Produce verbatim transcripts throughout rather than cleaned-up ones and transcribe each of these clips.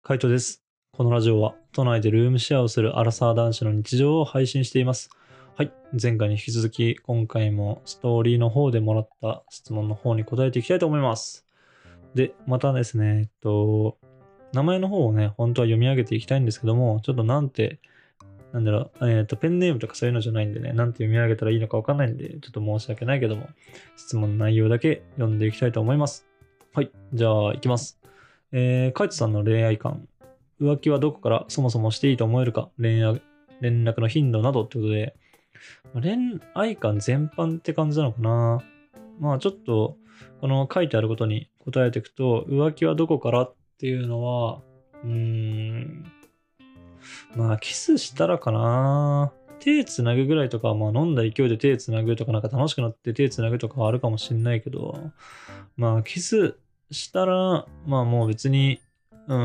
カイトです。このラジオは都内でルームシェアをするアラサー男子の日常を配信しています。はい、前回に引き続き今回もストーリーの方でもらった質問の方に答えていきたいと思います。で、またですね、えっと、名前の方をね、本当は読み上げていきたいんですけども、ちょっとなんて、なんだろう、えっと、ペンネームとかそういうのじゃないんでね、なんて読み上げたらいいのかわかんないんで、ちょっと申し訳ないけども、質問の内容だけ読んでいきたいと思います。はい、じゃあ、いきます。えー、カイトさんの恋愛観。浮気はどこからそもそもしていいと思えるか、恋愛、連絡の頻度などってことで、恋愛観全般って感じなのかな。まあちょっと、この書いてあることに答えていくと、浮気はどこからっていうのは、うーん、まあキスしたらかな。手つなぐぐらいとか、まあ飲んだ勢いで手つなぐとか、なんか楽しくなって手つなぐとかはあるかもしんないけど、まあキスしたら、まあもう別に、うん、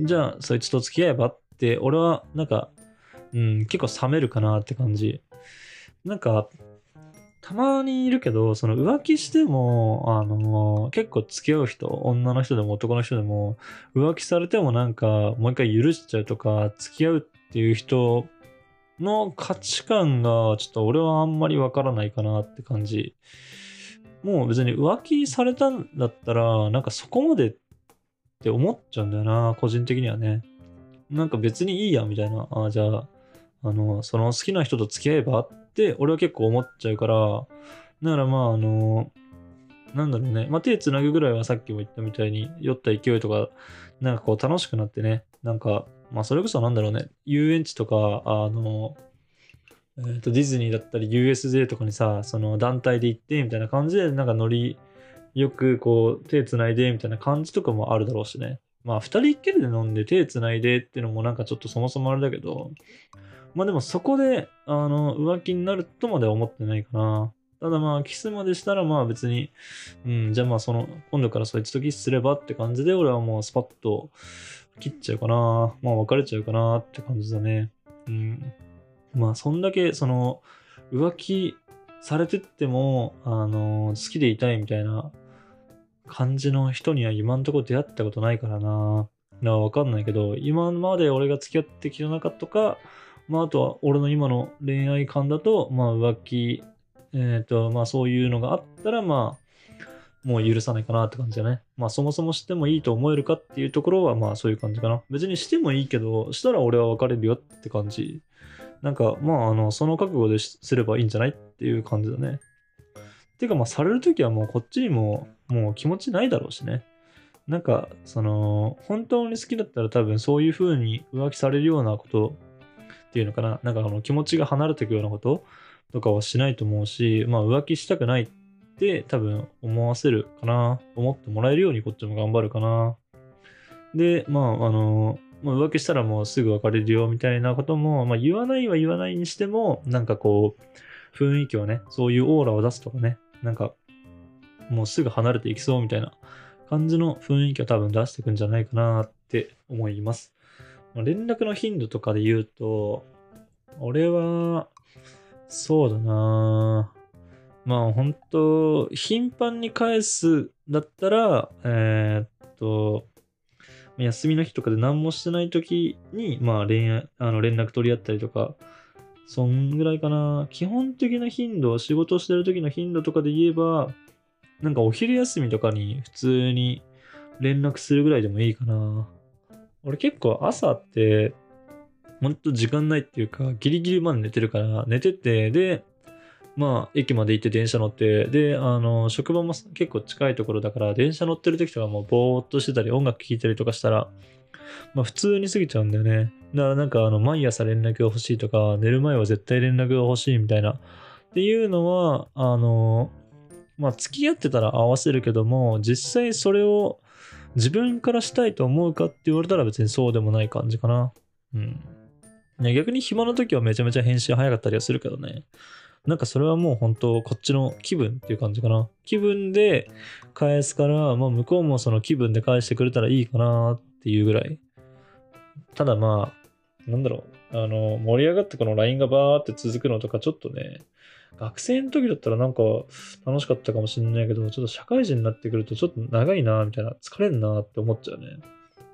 じゃあそいつと付き合えばって、俺はなんか、うん、結構冷めるかなって感じ。なんか、たまにいるけど、その浮気しても、あの、結構付き合う人、女の人でも男の人でも、浮気されてもなんか、もう一回許しちゃうとか、付き合うっていう人の価値観が、ちょっと俺はあんまりわからないかなって感じ。もう別に浮気されたんだったら、なんかそこまでって思っちゃうんだよな、個人的にはね。なんか別にいいや、みたいな。あじゃあ、あの、その好きな人と付き合えばって俺は結構思っちゃうから、だからまああの、なんだろうね、まあ手つなぐぐらいはさっきも言ったみたいに酔った勢いとか、なんかこう楽しくなってね、なんか、まあそれこそなんだろうね、遊園地とか、あの、えーと、ディズニーだったり ユーエスジェー とかにさ、その団体で行ってみたいな感じで、なんかノリよくこう手つないでみたいな感じとかもあるだろうしね。まあ二人っきりで飲んで手つないでっていうのもなんかちょっとそもそもあれだけど、まあでもそこで、あの、浮気になるとまでは思ってないかな。ただまあ、キスまでしたらまあ別に、うん、じゃあまあその、今度からそいつとキスすればって感じで、俺はもうスパッと切っちゃうかな。まあ別れちゃうかなって感じだね。うん。まあそんだけ、その、浮気されてっても、あの、好きでいたいみたいな感じの人には今んとこ出会ったことないからな。なわかんないけど、今まで俺が付き合ってきた中とか、まああとは俺の今の恋愛観だと、まあ浮気、えっと、まあそういうのがあったら、まあ、もう許さないかなって感じだね。まあそもそもしてもいいと思えるかっていうところは、まあそういう感じかな。別にしてもいいけど、したら俺は別れるよって感じ。なんか、まああの、その覚悟ですすればいいんじゃないっていう感じだね。てかまあされるときはもうこっちにももう気持ちないだろうしね。なんか、その、本当に好きだったら多分そういう風に浮気されるようなことっていうのかな。なんかあの気持ちが離れていくようなこととかはしないと思うし、まあ浮気したくないって多分思わせるかな。思ってもらえるようにこっちも頑張るかな。で、まああの、まあ、浮気したらもうすぐ別れるよみたいなことも、まあ言わないは言わないにしても、なんかこう、雰囲気をね、そういうオーラを出すとかね、なんかもうすぐ離れていきそうみたいな感じの雰囲気を多分出していくんじゃないかなって思います。まあ連絡の頻度とかで言うと、俺は、そうだなまあ本当、頻繁に返すだったら、えーっと、休みの日とかで何もしてない時に、まあ恋愛、あの連絡取り合ったりとか、そんぐらいかな。基本的な頻度、仕事してる時の頻度とかで言えば、なんかお昼休みとかに普通に連絡するぐらいでもいいかな。俺結構朝って、ほんと時間ないっていうか、ギリギリまで寝てるから、寝てて、で、まあ、駅まで行って電車乗って、で、あの、職場も結構近いところだから、電車乗ってる時とかもうぼーっとしてたり、音楽聴いたりとかしたら、まあ普通に過ぎちゃうんだよね。だからなんかあの、毎朝連絡が欲しいとか、寝る前は絶対連絡が欲しいみたいな。っていうのは、あの、まあ付き合ってたら合わせるけども、実際それを自分からしたいと思うかって言われたら別にそうでもない感じかな。うん。ね、逆に暇な時はめちゃめちゃ返信早かったりはするけどね。なんかそれはもう本当こっちの気分っていう感じかな。気分で返すから、まあ向こうもその気分で返してくれたらいいかなっていうぐらい。ただまあ、なんだろう。あの、盛り上がってこの ライン がバーって続くのとかちょっとね、学生の時だったらなんか楽しかったかもしれないけど、ちょっと社会人になってくるとちょっと長いなみたいな、疲れんなって思っちゃうね。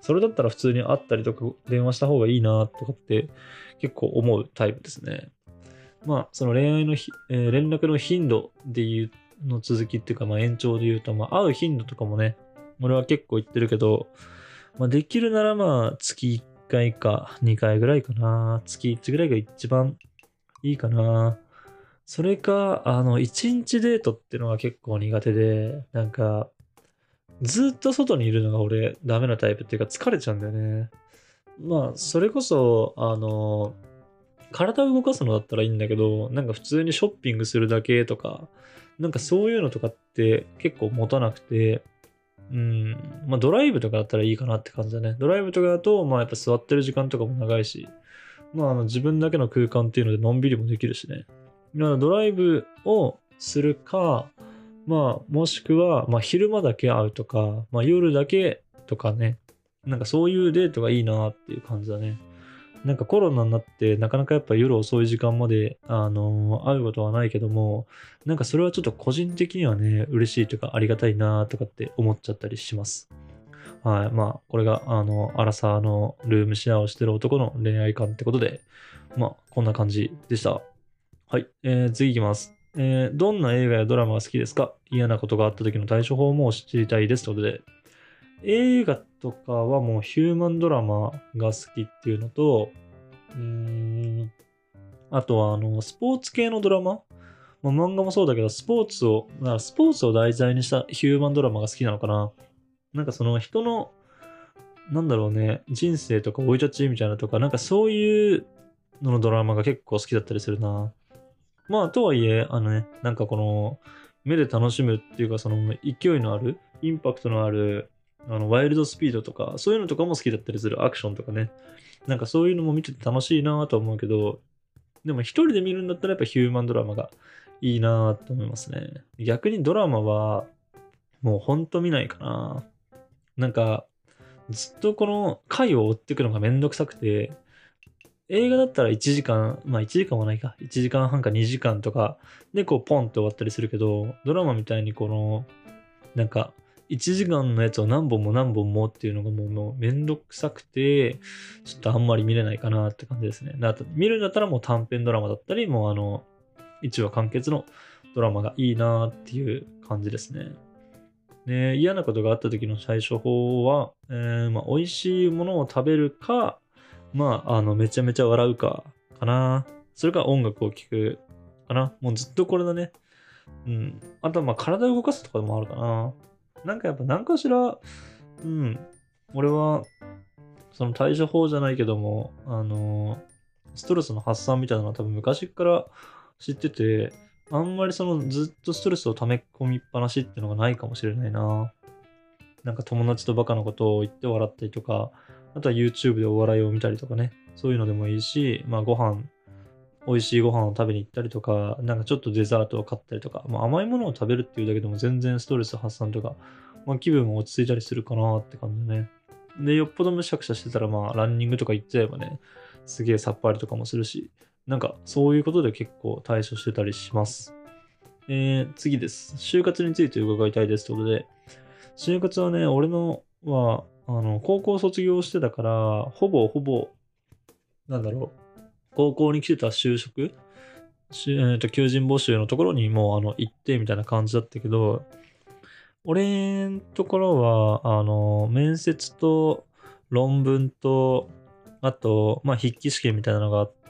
それだったら普通に会ったりとか電話した方がいいなとかって結構思うタイプですね。まあ、その恋愛のひ、えー連絡の頻度で言うの続きっていうか、まあ延長で言うと、まあ会う頻度とかもね、俺は結構言ってるけど、まあできるならまあ月いっかいかにかいぐらいかな。月いちぐらいが一番いいかな。それか、あの、いちにちデートっていうのが結構苦手で、なんか、ずっと外にいるのが俺ダメなタイプっていうか疲れちゃうんだよね。まあ、それこそ、あの、体を動かすのだったらいいんだけど、なんか普通にショッピングするだけとか、なんかそういうのとかって結構持たなくて、うん、まあドライブとかだったらいいかなって感じだね。ドライブとかだと、まあやっぱ座ってる時間とかも長いし、まああの自分だけの空間っていうのでのんびりもできるしね。だからドライブをするか、まあもしくは、まあ昼間だけ会うとか、まあ夜だけとかね。なんかそういうデートがいいなっていう感じだね。なんかコロナになってなかなかやっぱ夜遅い時間まで、あの会うことはないけども、なんかそれはちょっと個人的にはね、嬉しいというかありがたいなとかって思っちゃったりします。はい。まあ、これが、あの、アラサーのルームシェアをしてる男の恋愛観ってことで、まあ、こんな感じでした。はい。えー、次いきます。えー、どんな映画やドラマが好きですか？嫌なことがあった時の対処法も知りたいです。ということで、映画とかはもうヒューマンドラマが好きっていうのと、うーん、あとはあの、スポーツ系のドラマ、まあ、漫画もそうだけど、スポーツを、だからスポーツを題材にしたヒューマンドラマが好きなのかな。なんかその人の、なんだろうね、人生とか生い立ちみたいなとか、なんかそういうののドラマが結構好きだったりするな。まあ、とはいえ、あのね、なんかこの、目で楽しむっていうか、その勢いのある、インパクトのある、あの、ワイルドスピードとか、そういうのとかも好きだったりする、アクションとかね。なんかそういうのも見てて楽しいなと思うけど、でも一人で見るんだったらやっぱヒューマンドラマがいいなと思いますね。逆にドラマは、もうほんと見ないかな。なんか、ずっとこの回を追っていくのがめんどくさくて、映画だったらいちじかん、まあいちじかんはないか、いちじかんはんかにじかんとかでこうポンって終わったりするけど、ドラマみたいにこの、なんかいちじかんのやつを何本も何本もっていうのがもうもうめんどくさくて、ちょっとあんまり見れないかなって感じですね。だと見るんだったらもう短編ドラマだったり、もうあの、いちわ完結のドラマがいいなっていう感じですね。で、嫌なことがあった時の対処法は、えーまあ、美味しいものを食べるか、まあ、あの、めちゃめちゃ笑うか、かな。それか音楽を聴くかな。もうずっとこれだね。うん。あとはまあ、体を動かすとかもあるかな。なんかやっぱ何かしら、うん。俺は、その対処法じゃないけども、あのストレスの発散みたいなのは多分昔から知ってて、あんまりそのずっとストレスを溜め込みっぱなしっていうのがないかもしれないな。なんか友達とバカなことを言って笑ったりとか、あとは YouTube でお笑いを見たりとかね、そういうのでもいいし、まあご飯、美味しいご飯を食べに行ったりとか、なんかちょっとデザートを買ったりとか、まあ甘いものを食べるっていうだけでも全然ストレス発散とか、まあ気分も落ち着いたりするかなって感じだね。で、よっぽどむしゃくしゃしてたらまあランニングとか行っちゃえばね、すげえさっぱりとかもするし、なんかそういうことで結構対処してたりします。えー、次です。就活について伺いたいですということで、就活はね、俺のは、あの、高校卒業してたから、ほぼほぼ、なんだろう、高校に来てた就職、しえーと、求人募集のところにもう、あの、行ってみたいな感じだったけど、俺のところは、あの、面接と論文と、あと、まあ、筆記試験みたいなのがあって、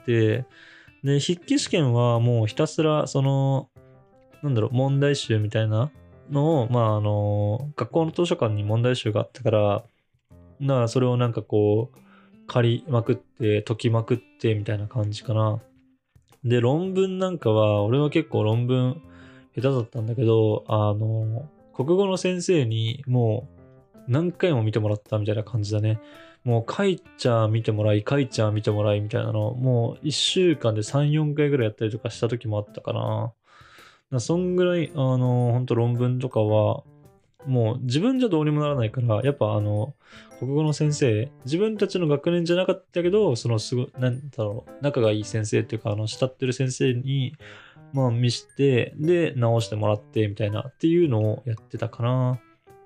で、筆記試験はもうひたすら、その、なんだろう、問題集みたいなのを、まあ、あの、学校の図書館に問題集があったから、だからそれをなんかこう、借りまくって、解きまくってみたいな感じかな。で、論文なんかは、俺は結構論文下手だったんだけど、あの、国語の先生にもう何回も見てもらったみたいな感じだね。もう書いちゃ見てもらい、書いちゃ見てもらいみたいなの、もういっしゅうかんでさん、よんかいぐらいやったりとかした時もあったかな。だからそんぐらい、あの、本当論文とかは、もう自分じゃどうにもならないから、やっぱあの、国語の先生、自分たちの学年じゃなかったけど、そのすごい、なんだろう、仲がいい先生っていうか、あの、慕ってる先生に、まあ見して、で、直してもらって、みたいな、っていうのをやってたかな。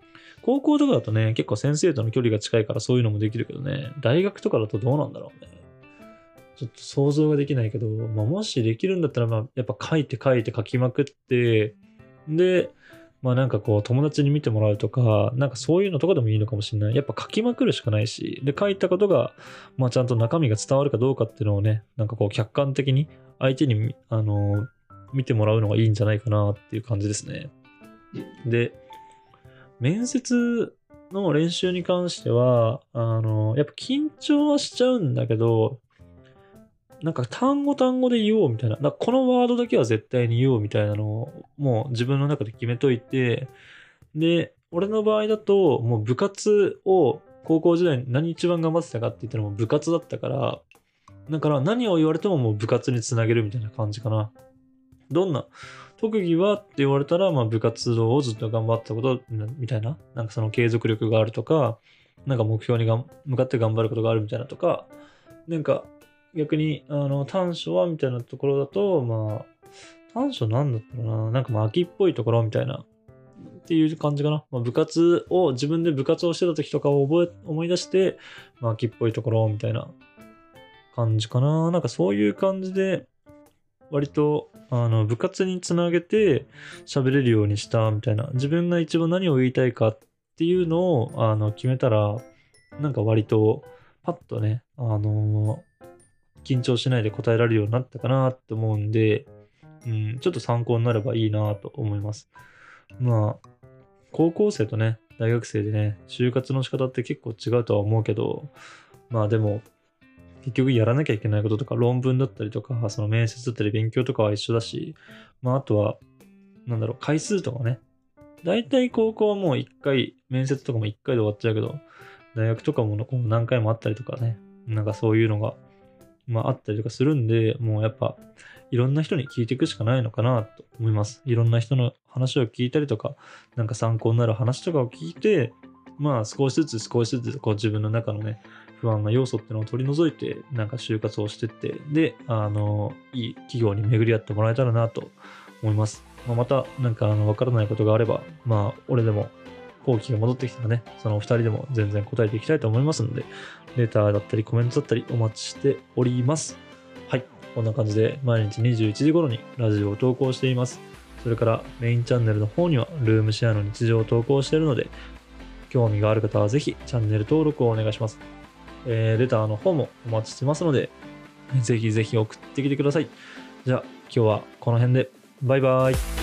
高校とかだとね、結構先生との距離が近いからそういうのもできるけどね、大学とかだとどうなんだろうね。ちょっと想像ができないけど、まあ、もしできるんだったら、まあ、やっぱ書いて書いて書きまくって、で、まあなんかこう友達に見てもらうとか、なんかそういうのとかでもいいのかもしれない。やっぱ書きまくるしかないし、で、書いたことが、まあちゃんと中身が伝わるかどうかっていうのをね、なんかこう客観的に相手に、あの、見てもらうのがいいんじゃないかなっていう感じですね。で、面接の練習に関しては、あの、やっぱ緊張はしちゃうんだけど、なんか単語単語で言おうみたいな、なんかこのワードだけは絶対に言おうみたいなのをもう自分の中で決めといて、で、俺の場合だともう部活を高校時代に何一番頑張ってたかって言ったらもう部活だったから、だから何を言われてももう部活につなげるみたいな感じかな。どんな特技はって言われたら、まあ部活動をずっと頑張ったことみたいな、なんかその継続力があるとか、なんか目標にがん向かって頑張ることがあるみたいなとか、なんか逆に、あの、短所はみたいなところだと、まあ、短所なんだったかな、なんかまあ秋っぽいところみたいな、っていう感じかな。まあ、部活を、自分で部活をしてた時とかを覚え、思い出して、まあ秋っぽいところみたいな感じかな。なんかそういう感じで、割と、あの、部活につなげて喋れるようにしたみたいな。自分が一番何を言いたいかっていうのを、あの、決めたら、なんか割と、パッとね、あの緊張しないで答えられるようになったかなって思うんで、うん、ちょっと参考になればいいなと思います。まあ、高校生とね、大学生でね、就活の仕方って結構違うとは思うけど、まあでも、結局やらなきゃいけないこととか、論文だったりとか、その面接だったり勉強とかは一緒だし、まああとは、なんだろう、回数とかね。大体高校はもう一回、面接とかも一回で終わっちゃうけど、大学とかもこう何回もあったりとかね、なんかそういうのが、まああったりとかするんで、もうやっぱ、いろんな人に聞いていくしかないのかなと思います。いろんな人の話を聞いたりとか、なんか参考になる話とかを聞いて、まあ少しずつ少しずつこう自分の中のね、不安な要素っていうのを取り除いて、なんか就活をしてって、で、あの、いい企業に巡り合ってもらえたらなと思います。まあ、また、なんかあの、わからないことがあれば、まあ、俺でも、後期が戻ってきたらね、そのふたりでも全然答えていきたいと思いますので、レターだったりコメントだったりお待ちしております。はい。こんな感じで毎日にじゅういちじ頃にラジオを投稿しています。それからメインチャンネルの方にはルームシェアの日常を投稿しているので、興味がある方はぜひチャンネル登録をお願いします。えー、レターの方もお待ちしてますので、ぜひぜひ送ってきてください。じゃあ今日はこの辺でバイバイ。